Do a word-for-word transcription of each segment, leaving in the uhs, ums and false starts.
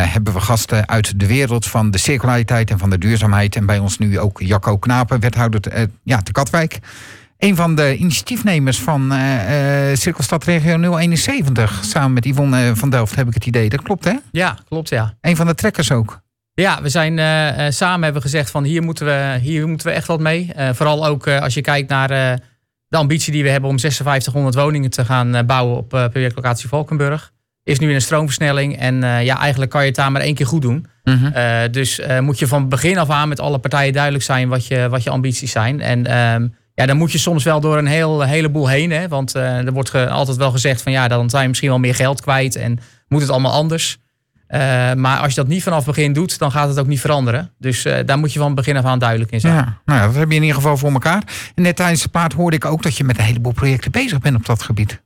uh, hebben we gasten uit de wereld van de circulariteit en van de duurzaamheid. En bij ons nu ook Jacco Knapen, wethouder te, uh, ja, te Katwijk. Een van de initiatiefnemers van uh, uh, Cirkelstad Regio nul eenenzeventig. Samen met Yvonne van Delft heb ik het idee. Dat klopt, hè? Ja, klopt, ja. Een van de trekkers ook. Ja, we zijn uh, uh, samen hebben we gezegd van hier moeten we, hier moeten we echt wat mee. Uh, vooral ook uh, als je kijkt naar uh, de ambitie die we hebben om vijfenzestighonderd woningen te gaan uh, bouwen op uh, projectlocatie Valkenburg. Is nu in een stroomversnelling en uh, ja, eigenlijk kan je het daar maar één keer goed doen. Mm-hmm. Uh, dus uh, moet je van begin af aan met alle partijen duidelijk zijn wat je, wat je ambities zijn. En uh, ja, dan moet je soms wel door een heel, heleboel heen. Hè? Want uh, er wordt ge, altijd wel gezegd van ja, dan zijn we misschien wel meer geld kwijt en moet het allemaal anders. Uh, maar als je dat niet vanaf het begin doet, dan gaat het ook niet veranderen. Dus uh, daar moet je van begin af aan duidelijk in zijn. Ja, nou ja, dat heb je in ieder geval voor elkaar. En net tijdens de paard hoorde ik ook dat je met een heleboel projecten bezig bent op dat gebied.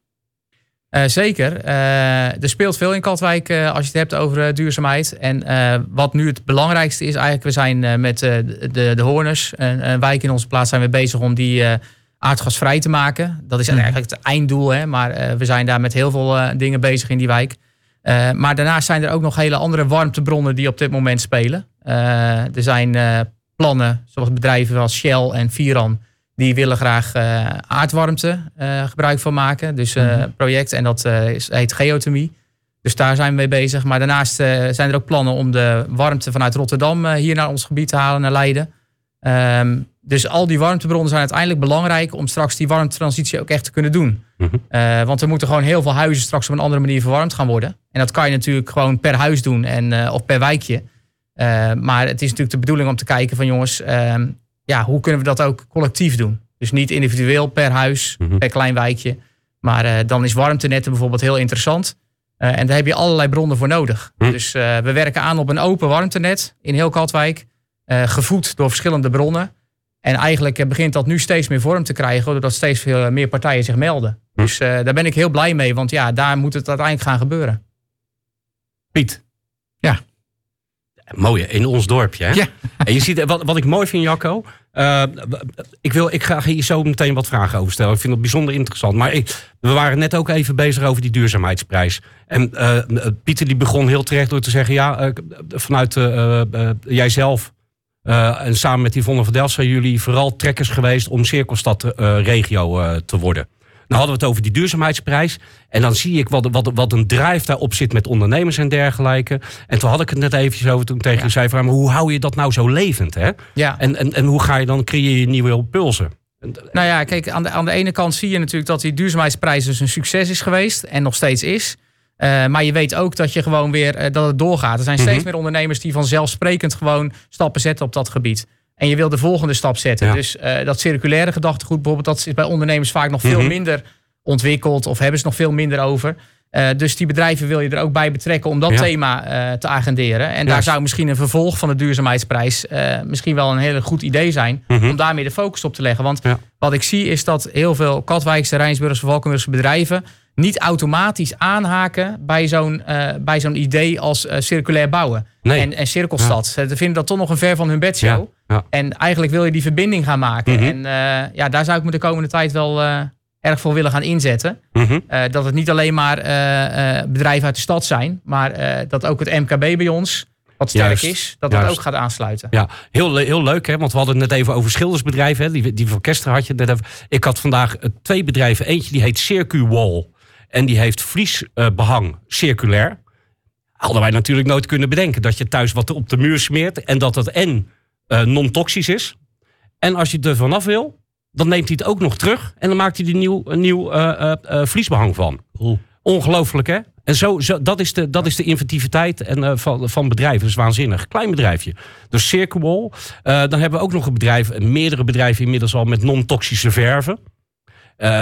Uh, zeker. Uh, er speelt veel in Katwijk uh, als je het hebt over uh, duurzaamheid. En uh, wat nu het belangrijkste is eigenlijk, we zijn uh, met uh, de, de Hoorners, een, een wijk in onze plaats, zijn we bezig om die uh, aardgasvrij te maken. Dat is eigenlijk het einddoel, hè? Maar uh, we zijn daar met heel veel uh, dingen bezig in die wijk. Uh, maar daarnaast zijn er ook nog hele andere warmtebronnen die op dit moment spelen. Uh, er zijn uh, plannen, zoals bedrijven als Shell en Viran, die willen graag uh, aardwarmte uh, gebruik van maken. Dus een uh, mm-hmm. project en dat uh, is, heet geothermie. Dus daar zijn we mee bezig. Maar daarnaast uh, zijn er ook plannen om de warmte vanuit Rotterdam uh, hier naar ons gebied te halen, naar Leiden. Um, dus al die warmtebronnen zijn uiteindelijk belangrijk om straks die warmtetransitie ook echt te kunnen doen. Mm-hmm. Uh, want er moeten gewoon heel veel huizen straks op een andere manier verwarmd gaan worden. En dat kan je natuurlijk gewoon per huis doen en, uh, of per wijkje. Uh, maar het is natuurlijk de bedoeling om te kijken van jongens, uh, ja, hoe kunnen we dat ook collectief doen? Dus niet individueel per huis, mm-hmm. per klein wijkje. Maar uh, dan is warmtenetten bijvoorbeeld heel interessant. Uh, en daar heb je allerlei bronnen voor nodig. Mm. Dus uh, we werken aan op een open warmtenet in heel Katwijk. Uh, gevoed door verschillende bronnen. En eigenlijk begint dat nu steeds meer vorm te krijgen, doordat steeds veel meer partijen zich melden. Hm. Dus uh, daar ben ik heel blij mee, want ja, daar moet het uiteindelijk gaan gebeuren. Piet. Ja. Mooi, in ons dorpje. Hè? Ja. En je ziet, wat, wat ik mooi vind, Jacco. Uh, ik, wil, ik ga hier zo meteen wat vragen over stellen. Ik vind het bijzonder interessant. Maar ik, we waren net ook even bezig over die duurzaamheidsprijs. En uh, Pieter die begon heel terecht door te zeggen, ja, uh, vanuit uh, uh, jijzelf. Uh, en samen met Yvonne van Delft zijn jullie vooral trekkers geweest om Cirkelstad uh, regio uh, te worden. Nou hadden we het over die duurzaamheidsprijs. En dan zie ik wat, wat, wat een drive daarop zit met ondernemers en dergelijke. En toen had ik het net eventjes over toen ik tegen je ja. zei, maar hoe hou je dat nou zo levend? Hè? Ja. En, en, en hoe ga je dan, creëer je nieuwe impulsen? Nou ja, kijk, aan de, aan de ene kant zie je natuurlijk dat die duurzaamheidsprijs dus een succes is geweest. En nog steeds is. Uh, maar je weet ook dat je gewoon weer uh, dat het doorgaat. Er zijn steeds mm-hmm. meer ondernemers die vanzelfsprekend gewoon stappen zetten op dat gebied. En je wil de volgende stap zetten. Ja. Dus uh, dat circulaire gedachtegoed bijvoorbeeld, dat is bij ondernemers vaak nog veel mm-hmm. minder ontwikkeld of hebben ze nog veel minder over. Uh, dus die bedrijven wil je er ook bij betrekken om dat ja. thema uh, te agenderen. En ja. daar zou misschien een vervolg van de duurzaamheidsprijs uh, misschien wel een heel goed idee zijn mm-hmm. om daar meer de focus op te leggen. Want ja. wat ik zie is dat heel veel Katwijkse, Rijnsburgse, Valkenburgse bedrijven niet automatisch aanhaken bij zo'n, uh, bij zo'n idee als uh, circulair bouwen nee. en, en cirkelstad. Ja. Ze vinden dat toch nog een ver van hun bedshow. Ja. Ja. En eigenlijk wil je die verbinding gaan maken. Mm-hmm. En uh, ja, daar zou ik me de komende tijd wel uh, erg voor willen gaan inzetten. Mm-hmm. Uh, dat het niet alleen maar uh, uh, bedrijven uit de stad zijn, maar uh, dat ook het M K B bij ons, wat sterk Juist. is, dat Juist. dat ook gaat aansluiten. Ja, heel, heel leuk, hè? Want we hadden het net even over schildersbedrijven. Hè? Die, die van Kester had je net even. Ik had vandaag uh, twee bedrijven. Eentje die heet CircuWall. En die heeft vliesbehang uh, circulair. Hadden wij natuurlijk nooit kunnen bedenken. Dat je thuis wat op de muur smeert. En dat het en uh, non-toxisch is. En als je het er vanaf wil, dan neemt hij het ook nog terug. En dan maakt hij er nieuw, een nieuw uh, uh, uh, vliesbehang van. Oeh. Ongelooflijk, hè? En zo, zo, dat, is de, dat is de inventiviteit en, uh, van, van bedrijven. Dat is waanzinnig. Klein bedrijfje. Dus CircuWall. Uh, dan hebben we ook nog een bedrijf. Meerdere bedrijven inmiddels al met non-toxische verven. Uh,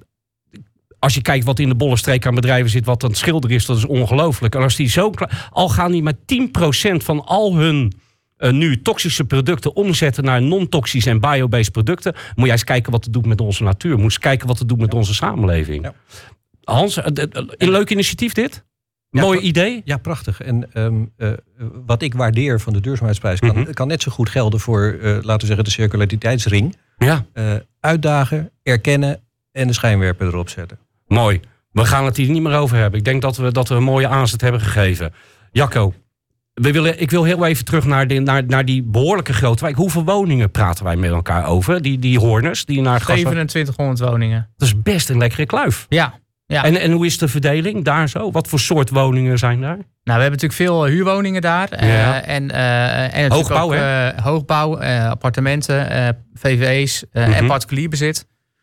Als je kijkt wat in de Bollenstreek aan bedrijven zit, wat aan het schilderen is, dat is ongelooflijk. En als die zo klaar, al gaan die met tien procent van al hun uh, nu toxische producten omzetten naar non-toxisch en biobased producten, moet jij eens kijken wat het doet met onze natuur. Moet eens kijken wat het doet met onze samenleving. Ja. Hans, een leuk initiatief dit? Ja, Mooi idee? Ja, prachtig. En um, uh, wat ik waardeer van de duurzaamheidsprijs kan, mm-hmm. kan net zo goed gelden voor, uh, laten we zeggen, de circulariteitsring. Ja. Uh, uitdagen, erkennen en de schijnwerper erop zetten. Mooi. We gaan het hier niet meer over hebben. Ik denk dat we, dat we een mooie aanzet hebben gegeven. Jacco, we willen, ik wil heel even terug naar, de, naar, naar die behoorlijke grote wijk. Hoeveel woningen praten wij met elkaar over? Die, die Horners die naar gas... zevenentwintighonderd woningen. Dat is best een lekkere kluif. Ja. ja. En, en hoe is de verdeling daar zo? Wat voor soort woningen zijn daar? Nou, we hebben natuurlijk veel huurwoningen daar. Ja. Uh, en, uh, en hoogbouw, ook, hè? Uh, hoogbouw, uh, appartementen, uh, V V E's uh, mm-hmm. en particulier bezit.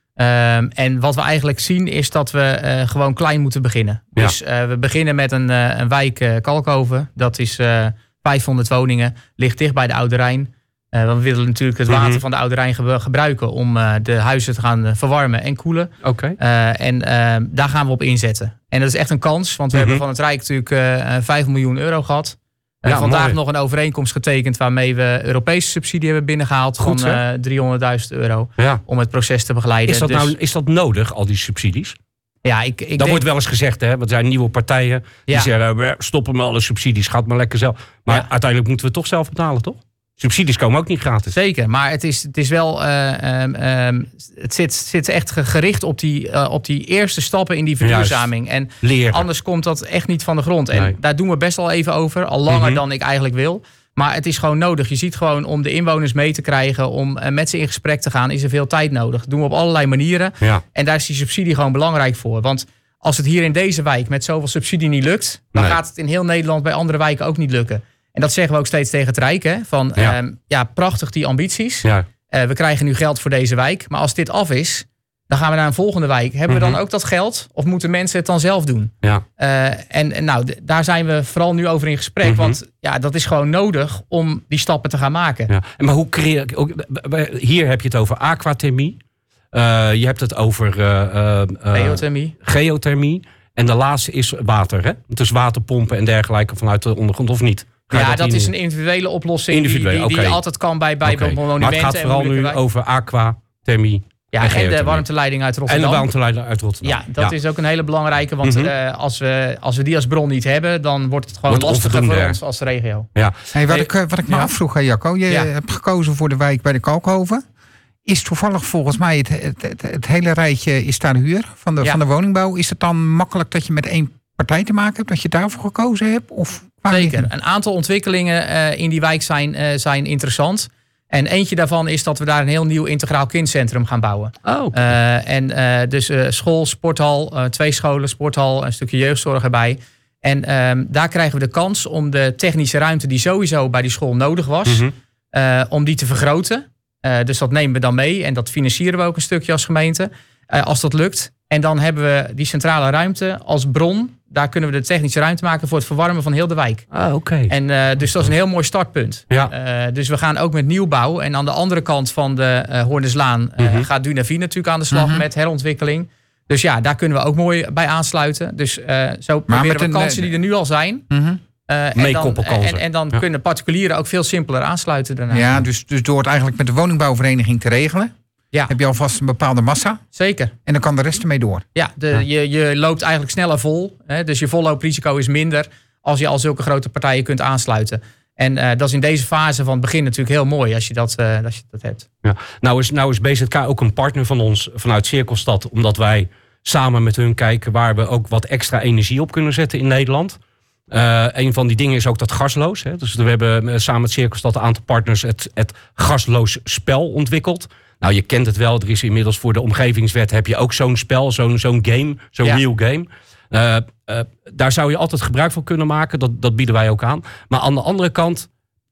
Um, en wat we eigenlijk zien is dat we uh, gewoon klein moeten beginnen. Ja. Dus uh, we beginnen met een, uh, een wijk uh, Kalkhoven. Dat is uh, vijfhonderd woningen, ligt dicht bij de Oude Rijn. Uh, want we willen natuurlijk het water mm-hmm. van de Oude Rijn ge- gebruiken om uh, de huizen te gaan uh, verwarmen en koelen. Okay. Uh, en uh, daar gaan we op inzetten. En dat is echt een kans, want we mm-hmm. hebben van het Rijk natuurlijk uh, vijf miljoen euro gehad. Uh, ja, vandaag mooi. Nog een overeenkomst getekend waarmee we Europese subsidie hebben binnengehaald. Goed, van uh, driehonderdduizend euro ja. om het proces te begeleiden. Is dat, dus, nou, is dat nodig, al die subsidies? Ja, ik, ik dat denk... wordt wel eens gezegd, hè? Want er zijn nieuwe partijen die ja. zeggen, stoppen met alle subsidies, gaat maar lekker zelf. Maar ja. uiteindelijk moeten we het toch zelf betalen, toch? Subsidies komen ook niet gratis. Zeker, maar het is, het is wel. Uh, um, um, het zit, zit echt gericht op die, uh, op die eerste stappen in die verduurzaming. Juist. En Leren. Anders komt dat echt niet van de grond. En nee. daar doen we best wel even over, al langer mm-hmm. dan ik eigenlijk wil. Maar het is gewoon nodig. Je ziet gewoon om de inwoners mee te krijgen, om uh, met ze in gesprek te gaan, is er veel tijd nodig. Dat doen we op allerlei manieren. Ja. En daar is die subsidie gewoon belangrijk voor. Want als het hier in deze wijk met zoveel subsidie niet lukt, dan nee. gaat het in heel Nederland bij andere wijken ook niet lukken. En dat zeggen we ook steeds tegen het Rijk. Hè? Van, ja. Um, ja, prachtig die ambities. Ja. Uh, we krijgen nu geld voor deze wijk. Maar als dit af is, dan gaan we naar een volgende wijk. Hebben mm-hmm. we dan ook dat geld? Of moeten mensen het dan zelf doen? Ja. Uh, en, en nou, d- daar zijn we vooral nu over in gesprek. Mm-hmm. Want ja, dat is gewoon nodig om die stappen te gaan maken. Ja. En maar hoe creëer je... Hier heb je het over aquathermie. Uh, je hebt het over... Uh, uh, geothermie. Geothermie. En de laatste is water. Hè? Dus waterpompen en dergelijke vanuit de ondergrond of niet? Ja, dat, dat is een individuele oplossing individuele, die, die, die okay. je altijd kan bij, bij okay. monumenten. Maar het gaat vooral nu wijk. over aquathermie. Ja, en, en de warmteleiding uit Rotterdam. En de warmteleiding uit Rotterdam. Ja, dat ja. is ook een hele belangrijke. Want mm-hmm. uh, als, we, als we die als bron niet hebben, dan wordt het gewoon wordt lastiger voor ons als regio. Ja. Hey, wat, ik, wat ik me ja. afvroeg, Jacco. Je ja. hebt gekozen voor de wijk bij de Kalkhoven. Is toevallig volgens mij het, het, het, het hele rijtje is daar de huur van de, ja. van de woningbouw. Is het dan makkelijk dat je met één partij te maken hebt, dat je daarvoor gekozen hebt? Of Zeker. Een aantal ontwikkelingen uh, in die wijk zijn, uh, zijn interessant. En eentje daarvan is dat we daar een heel nieuw integraal kindcentrum gaan bouwen. Oh. Uh, en uh, dus uh, school, sporthal, uh, twee scholen, sporthal, een stukje jeugdzorg erbij. En um, daar krijgen we de kans om de technische ruimte die sowieso bij die school nodig was, mm-hmm. uh, om die te vergroten. Uh, dus dat nemen we dan mee en dat financieren we ook een stukje als gemeente, uh, als dat lukt. En dan hebben we die centrale ruimte als bron. Daar kunnen we de technische ruimte maken voor het verwarmen van heel de wijk. Ah, oké. Okay. En uh, dus dat is een heel mooi startpunt. Ja. Uh, dus we gaan ook met nieuwbouw. En aan de andere kant van de uh, Hoornerslaan uh, mm-hmm. gaat Dunavie natuurlijk aan de slag mm-hmm. met herontwikkeling. Dus ja, daar kunnen we ook mooi bij aansluiten. Dus uh, zo proberen we kansen die er nu al zijn. Mm-hmm. Uh, en, dan, en, en dan ja. kunnen particulieren ook veel simpeler aansluiten daarna. Ja, dus, dus door het eigenlijk met de woningbouwvereniging te regelen, ja. heb je alvast een bepaalde massa. Zeker. En dan kan de rest ermee door. Ja, de, ja. Je, je loopt eigenlijk sneller vol. Hè, dus je vollooprisico is minder als je al zulke grote partijen kunt aansluiten. En uh, dat is in deze fase van het begin natuurlijk heel mooi als je dat, uh, als je dat hebt. Ja. Nou is, nou is B Z K ook een partner van ons vanuit Cirkelstad. Omdat wij samen met hun kijken waar we ook wat extra energie op kunnen zetten in Nederland. Uh, een van die dingen is ook dat gasloos. Hè. Dus we hebben uh, samen met Cirkelstad een aantal partners het, het gasloos spel ontwikkeld. Nou, je kent het wel. Er is inmiddels voor de omgevingswet heb je ook zo'n spel, zo'n, zo'n game, zo'n ja. real game. Uh, uh, daar zou je altijd gebruik van kunnen maken. Dat, dat bieden wij ook aan. Maar aan de andere kant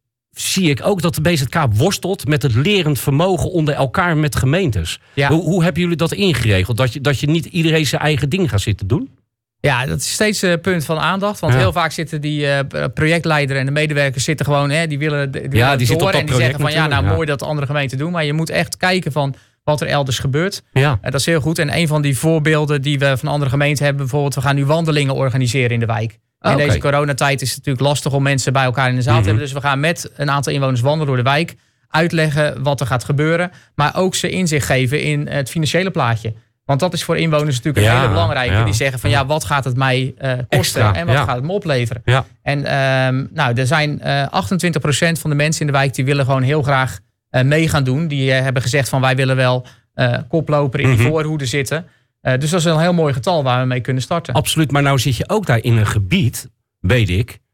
zie ik ook dat de B Z K worstelt met het lerend vermogen onder elkaar met gemeentes. Ja. Hoe, hoe hebben jullie dat ingeregeld? Dat je, dat je niet iedereen zijn eigen ding gaat zitten doen? Ja, dat is steeds een punt van aandacht. Want ja. heel vaak zitten die uh, projectleider en de medewerkers zitten gewoon, hè, die willen, die willen ja, die door op en die zeggen van ja, nou ja. mooi dat andere gemeenten doen. Maar je moet echt kijken van wat er elders gebeurt. Ja. Uh, dat is heel goed. En een van die voorbeelden die we van andere gemeenten hebben, bijvoorbeeld, we gaan nu wandelingen organiseren in de wijk. Oh, in okay. deze coronatijd is het natuurlijk lastig om mensen bij elkaar in de zaal mm-hmm. te hebben. Dus we gaan met een aantal inwoners wandelen door de wijk, uitleggen wat er gaat gebeuren, maar ook ze inzicht geven in het financiële plaatje. Want dat is voor inwoners natuurlijk een ja, hele belangrijke. Ja, die zeggen van ja, wat gaat het mij uh, kosten Extra, en wat ja. gaat het me opleveren? Ja. En um, nou, er zijn uh, achtentwintig procent van de mensen in de wijk die willen gewoon heel graag uh, mee gaan doen. Die uh, hebben gezegd van wij willen wel uh, koploper in mm-hmm. die voorhoede zitten. Uh, dus dat is een heel mooi getal waar we mee kunnen starten. Absoluut, maar nou zit je ook daar in een gebied, weet ik,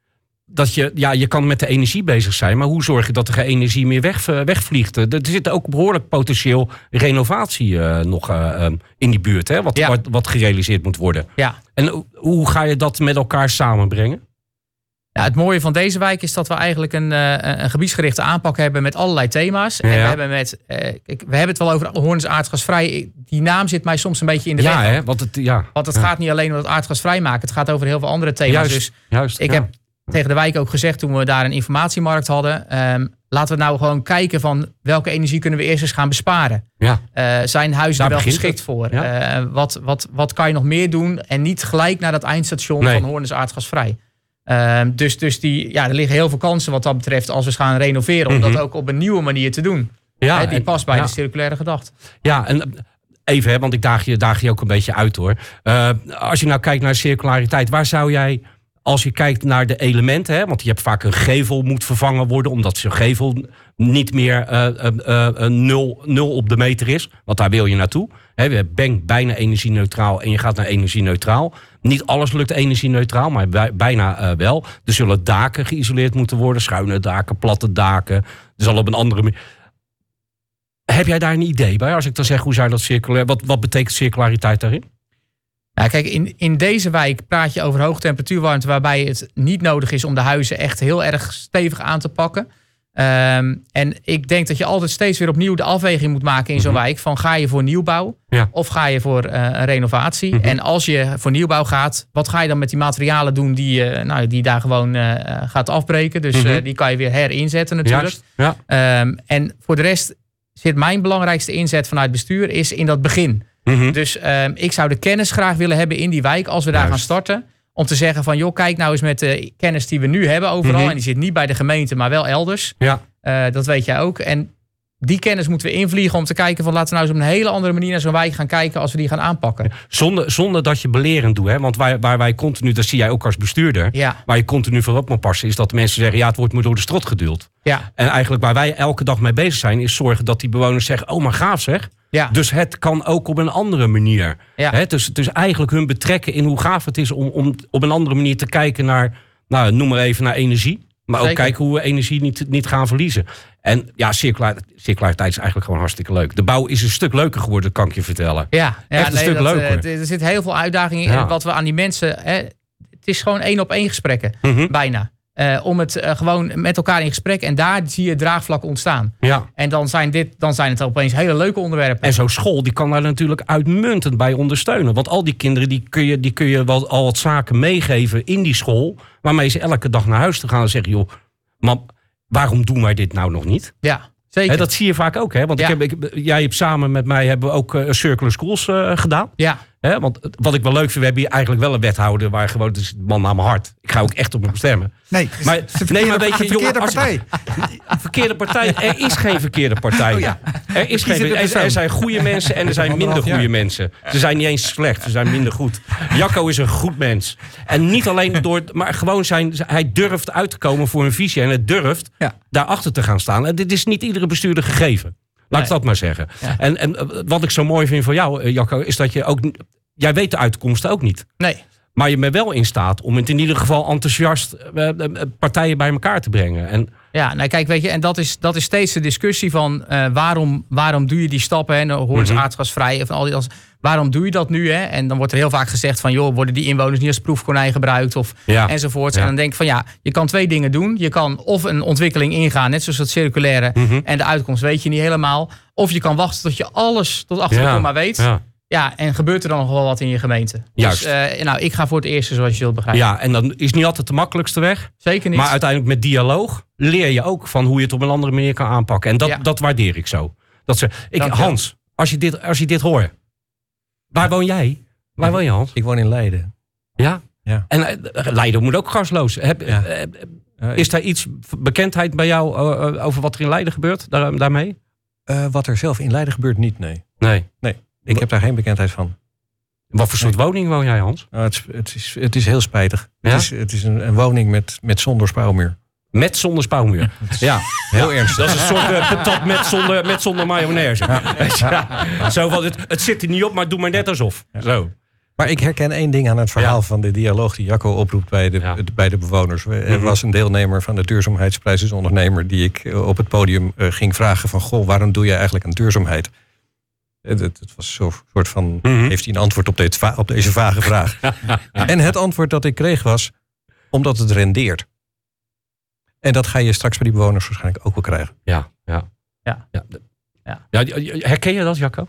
dat je, ja, je kan met de energie bezig zijn, maar hoe zorg je dat er geen energie meer weg, wegvliegt? Er zit ook behoorlijk potentieel renovatie uh, nog uh, um, in die buurt, hè, wat, ja. wat, wat gerealiseerd moet worden. Ja. En hoe ga je dat met elkaar samenbrengen? Ja, het mooie van deze wijk is dat we eigenlijk een, uh, een gebiedsgerichte aanpak hebben met allerlei thema's. En ja. we hebben met, uh, kijk, we hebben het wel over Hoorns aardgasvrij. Die naam zit mij soms een beetje in de ja, weg. Hè, want het, ja. Want het ja. gaat niet alleen om het aardgasvrij maken. Het gaat over heel veel andere thema's. Juist, dus juist, ik ja. heb tegen de wijk ook gezegd toen we daar een informatiemarkt hadden. Um, laten we nou gewoon kijken van welke energie kunnen we eerst eens gaan besparen. Ja. Uh, zijn huizen er wel geschikt het. voor? Ja. Uh, wat, wat, wat kan je nog meer doen? En niet gelijk naar dat eindstation nee. van Hoorns aardgasvrij. Uh, dus dus die, ja, er liggen heel veel kansen wat dat betreft als we gaan renoveren. Om Mm-hmm. dat ook op een nieuwe manier te doen. Ja, He, die en, past bij ja. de circulaire gedachte. Ja, en even, hè, want ik daag je, daag je ook een beetje uit hoor. Uh, als je nou kijkt naar circulariteit, waar zou jij, als je kijkt naar de elementen, hè, want je hebt vaak een gevel moet vervangen worden, omdat zo'n gevel niet meer uh, uh, uh, nul, nul op de meter is. Want daar wil je naartoe. He, we hebben bijna energie-neutraal en je gaat naar energie-neutraal. Niet alles lukt energie-neutraal, maar bij, bijna uh, wel. Er zullen daken geïsoleerd moeten worden, schuine daken, platte daken. Er zal op een andere manier. Heb jij daar een idee bij? Als ik dan zeg, hoe zou dat circulair? Wat, wat betekent circulariteit daarin? Ja, kijk, in, in deze wijk praat je over hoge temperatuurwarmte, waarbij het niet nodig is om de huizen echt heel erg stevig aan te pakken. Um, en ik denk dat je altijd steeds weer opnieuw de afweging moet maken in zo'n mm-hmm. wijk. Van ga je voor nieuwbouw ja. of ga je voor uh, een renovatie? Mm-hmm. En als je voor nieuwbouw gaat, wat ga je dan met die materialen doen die, uh, nou, die daar gewoon uh, gaat afbreken? Dus mm-hmm. uh, die kan je weer herinzetten natuurlijk. Ja. Ja. Um, en voor de rest zit mijn belangrijkste inzet vanuit bestuur is in dat begin. Mm-hmm. Dus um, ik zou de kennis graag willen hebben in die wijk als we daar Juist. gaan starten. Om te zeggen van, joh, kijk nou eens met de kennis die we nu hebben overal. Mm-hmm. En die zit niet bij de gemeente, maar wel elders. Ja. Uh, dat weet jij ook. En die kennis moeten we invliegen om te kijken van, laten we nou eens op een hele andere manier naar zo'n wijk gaan kijken als we die gaan aanpakken. Zonder, zonder dat je belerend doet. Hè? Want waar, waar wij continu, dat zie jij ook als bestuurder. Ja. Waar je continu voor op moet passen, is dat de mensen zeggen, ja, het wordt me door de strot geduld. Ja. En eigenlijk waar wij elke dag mee bezig zijn, is zorgen dat die bewoners zeggen, oh maar gaaf zeg. Ja. Dus het kan ook op een andere manier. Ja. Hè? Dus, dus eigenlijk hun betrekken in hoe gaaf het is om, om op een andere manier te kijken naar, nou, noem maar even naar energie. Maar Zeker. ook kijken hoe we energie niet, niet gaan verliezen. En ja, circulair, circulariteit is eigenlijk gewoon hartstikke leuk. De bouw is een stuk leuker geworden, kan ik je vertellen. Ja, ja Echt een nee, stuk dat, leuker. Uh, er zit heel veel uitdagingen in. Ja. Wat we aan die mensen... Hè, het is gewoon één op één gesprekken, mm-hmm. bijna. Uh, om het uh, gewoon met elkaar in gesprek. En daar zie je draagvlak ontstaan. Ja. En dan zijn, dit, dan zijn het opeens hele leuke onderwerpen. En zo'n school die kan daar natuurlijk uitmuntend bij ondersteunen. Want al die kinderen die kun je, die kun je wel al wat zaken meegeven in die school. Waarmee ze elke dag naar huis te gaan en zeggen, joh, maar waarom doen wij dit nou nog niet? Ja, zeker. He, dat zie je vaak ook. Hè? Want ja. ik heb, ik, jij hebt samen met mij hebben we ook uh, Circular Schools uh, gedaan. Ja. He, want wat ik wel leuk vind, we hebben hier eigenlijk wel een wethouder waar gewoon, het is man naar mijn hart. Ik ga ook echt op hem stemmen. Nee, maar, nee, maar weet je, verkeerde jongen, als, partij. Verkeerde partij. Er is geen verkeerde partij. Oh ja. Er, is geen, er, er zijn goede mensen en er zijn minder goede mensen. Ze zijn niet eens slecht, ze zijn minder goed. Jacco is een goed mens. En niet alleen door, maar gewoon zijn, hij durft uit te komen voor een visie. En hij durft ja. daarachter te gaan staan. En dit is niet iedere bestuurder gegeven. Laat ik nee. dat maar zeggen. Ja. En, en wat ik zo mooi vind van jou, Jacco, is dat je ook, jij weet de uitkomsten ook niet. Nee. Maar je bent wel in staat om het in ieder geval enthousiast uh, partijen bij elkaar te brengen. En ja, nou kijk, weet je, en dat is, dat is steeds de discussie van uh, waarom, waarom doe je die stappen, hè, Hoorns mm-hmm. aardgasvrij, of al die, als, waarom doe je dat nu? Hè? En dan wordt er heel vaak gezegd van, joh, worden die inwoners niet als proefkonijn gebruikt of ja. enzovoort. Ja. En dan denk ik van, ja, je kan twee dingen doen. Je kan of een ontwikkeling ingaan, net zoals dat circulaire, mm-hmm. en de uitkomst weet je niet helemaal. Of je kan wachten tot je alles tot achter de ja. komma weet. Ja. Ja, en gebeurt er dan nog wel wat in je gemeente? Juist. Dus uh, nou, ik ga voor het eerste, zoals je zult begrijpen. Ja, en dan is niet altijd de makkelijkste weg. Zeker niet. Maar uiteindelijk met dialoog leer je ook van hoe je het op een andere manier kan aanpakken. En dat, ja. dat waardeer ik zo. Dat ze, ik, Hans, als je, dit, als je dit hoort. Waar woon jij? Waar woon je, Hans? Ik woon in Leiden. Ja? Ja. En uh, Leiden moet ook gasloos. Heb, ja. uh, is daar iets bekendheid bij jou uh, over wat er in Leiden gebeurt daar, daarmee? Uh, wat er zelf in Leiden gebeurt, niet, nee. Nee. Nee. Ik heb daar geen bekendheid van. Wat voor soort nee. woning woon jij, Hans? Nou, het, is, het, is, het is heel spijtig. Ja? Het is, het is een, een woning met, met zonder spouwmuur. Met zonder spouwmuur. Ja, heel ernstig. Dat is een soort uh, patat met zonder, met zonder mayonaise. Ja. Ja. Zo van, het, het zit er niet op, maar doe maar net alsof. Ja. Zo. Maar ik herken één ding aan het verhaal Ja. van de dialoog die Jacco oproept bij de, Ja. bij de bewoners. Er Mm-hmm. was een deelnemer van de duurzaamheidsprijs, dus een ondernemer, die ik uh, op het podium uh, ging vragen van, goh, waarom doe je eigenlijk aan duurzaamheid? Het, het was zo'n soort van, Mm-hmm. heeft hij een antwoord op, dit, va- op deze vage vraag? En het antwoord dat ik kreeg was, omdat het rendeert. En dat ga je straks bij die bewoners waarschijnlijk ook wel krijgen. Ja, ja. Ja. ja. Ja. ja herken je dat, Jacco?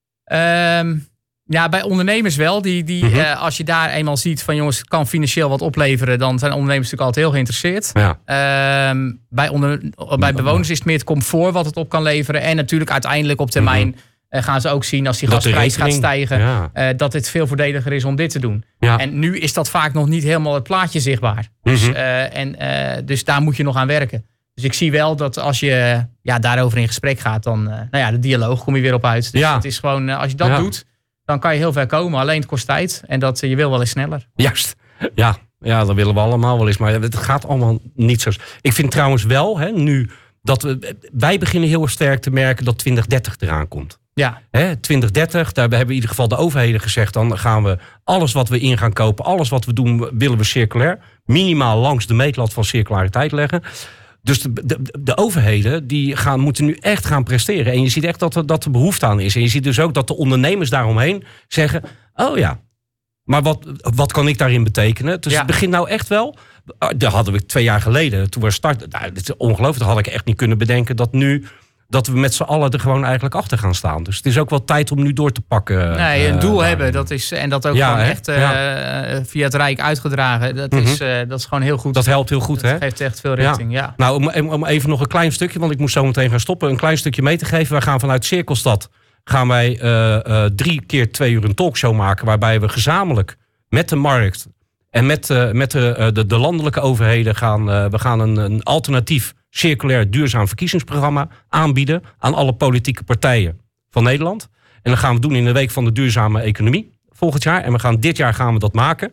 Um, ja, bij ondernemers wel. Die, die, Mm-hmm. uh, als je daar eenmaal ziet van jongens, het kan financieel wat opleveren, dan zijn ondernemers natuurlijk altijd heel geïnteresseerd. Ja. Um, bij, onder, bij bewoners is het meer het comfort wat het op kan leveren. En natuurlijk uiteindelijk op termijn Mm-hmm. uh, gaan ze ook zien als die Dat de gasprijs gaat rekening- stijgen, Ja. uh, dat het veel voordeliger is om dit te doen. Ja. En nu is dat vaak nog niet helemaal het plaatje zichtbaar. Dus, Mhm. uh, en, uh, dus daar moet je nog aan werken. Dus ik zie wel dat als je ja, daarover in gesprek gaat, dan, uh, nou ja, de dialoog kom je weer op uit. Dus Ja. het is gewoon, uh, als je dat Ja. doet, dan kan je heel ver komen. Alleen het kost tijd en dat, uh, je wil wel eens sneller. Juist. Ja, ja, dat willen we allemaal wel eens. Maar het gaat allemaal niet zo. Ik vind trouwens wel, hè, nu dat we. Wij beginnen heel erg sterk te merken dat twintig dertig eraan komt. Ja, Hè, twintig dertig, daar hebben in ieder geval de overheden gezegd. Dan gaan we alles wat we in gaan kopen, alles wat we doen, willen we circulair. Minimaal langs de meetlat van circulariteit leggen. Dus de, de, de overheden die gaan, moeten nu echt gaan presteren. En je ziet echt dat er, dat er behoefte aan is. En je ziet dus ook dat de ondernemers daaromheen zeggen, oh ja, maar wat, wat kan ik daarin betekenen? Dus Ja. het begint nou echt wel. Dat hadden we twee jaar geleden, toen we starten. Nou, dit is ongelooflijk, dat had ik echt niet kunnen bedenken dat nu, dat we met z'n allen er gewoon eigenlijk achter gaan staan. Dus het is ook wel tijd om nu door te pakken. nee, een uh, doel uh, hebben, dat is, en dat ook Ja, gewoon hè? echt uh, Ja. via het Rijk uitgedragen. Dat, Mhm. is, uh, dat is gewoon heel goed. Dat helpt heel goed, dat hè? geeft echt veel richting, ja. Nou, om, om even nog een klein stukje, want ik moest zo meteen gaan stoppen. Een klein stukje mee te geven. Wij gaan vanuit Cirkelstad gaan wij uh, uh, drie keer twee uur een talkshow maken, waarbij we gezamenlijk met de markt en met, uh, met de, uh, de, de landelijke overheden gaan, uh, we gaan een, een alternatief circulair duurzaam verkiezingsprogramma aanbieden aan alle politieke partijen van Nederland. En dat gaan we doen in de week van de duurzame economie volgend jaar. En we gaan dit jaar gaan we dat maken.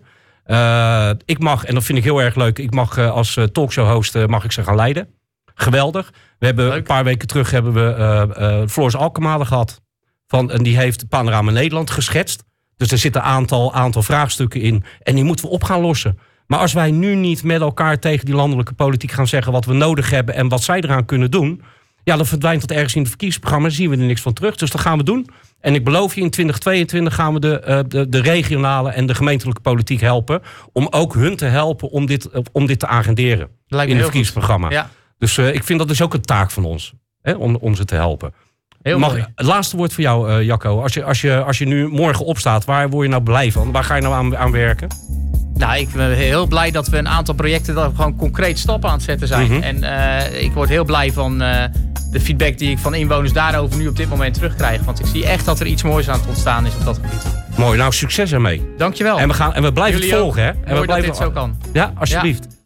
Uh, ik mag, en dat vind ik heel erg leuk, ik mag uh, als uh, talkshow host uh, mag ik ze gaan leiden. Geweldig. We hebben Leuk. een paar weken terug hebben we uh, uh, Floris Alkemade gehad. Van, en die heeft Panorama Nederland geschetst. Dus er zitten een aantal, aantal vraagstukken in. En die moeten we op gaan lossen. Maar als wij nu niet met elkaar tegen die landelijke politiek gaan zeggen wat we nodig hebben en wat zij eraan kunnen doen, ja, dan verdwijnt dat ergens in het verkiezingsprogramma, zien we er niks van terug. Dus dat gaan we doen. En ik beloof je, in twintig tweeëntwintig gaan we de, uh, de, de regionale en de gemeentelijke politiek helpen om ook hun te helpen om dit, uh, om dit te agenderen Lijkt me in het heel verkiezingsprogramma. goed. Ja, Dus uh, ik vind dat is ook een taak van ons, hè, om, om ze te helpen. heel Mag, mooi. het laatste woord voor jou, uh, Jacco. Als je, als, je, als je nu morgen opstaat, waar word je nou blij van? Waar ga je nou aan, aan werken? Nou, ik ben heel blij dat we een aantal projecten dat we gewoon concreet stappen aan het zetten zijn. Mm-hmm. En uh, ik word heel blij van uh, de feedback die ik van inwoners daarover nu op dit moment terugkrijg. Want ik zie echt dat er iets moois aan het ontstaan is op dat gebied. Mooi, nou succes ermee. Dankjewel. En we, gaan, en we blijven Jullie het volgen, hè? En Mooi we dat blijven, dit zo kan. Ja, alsjeblieft.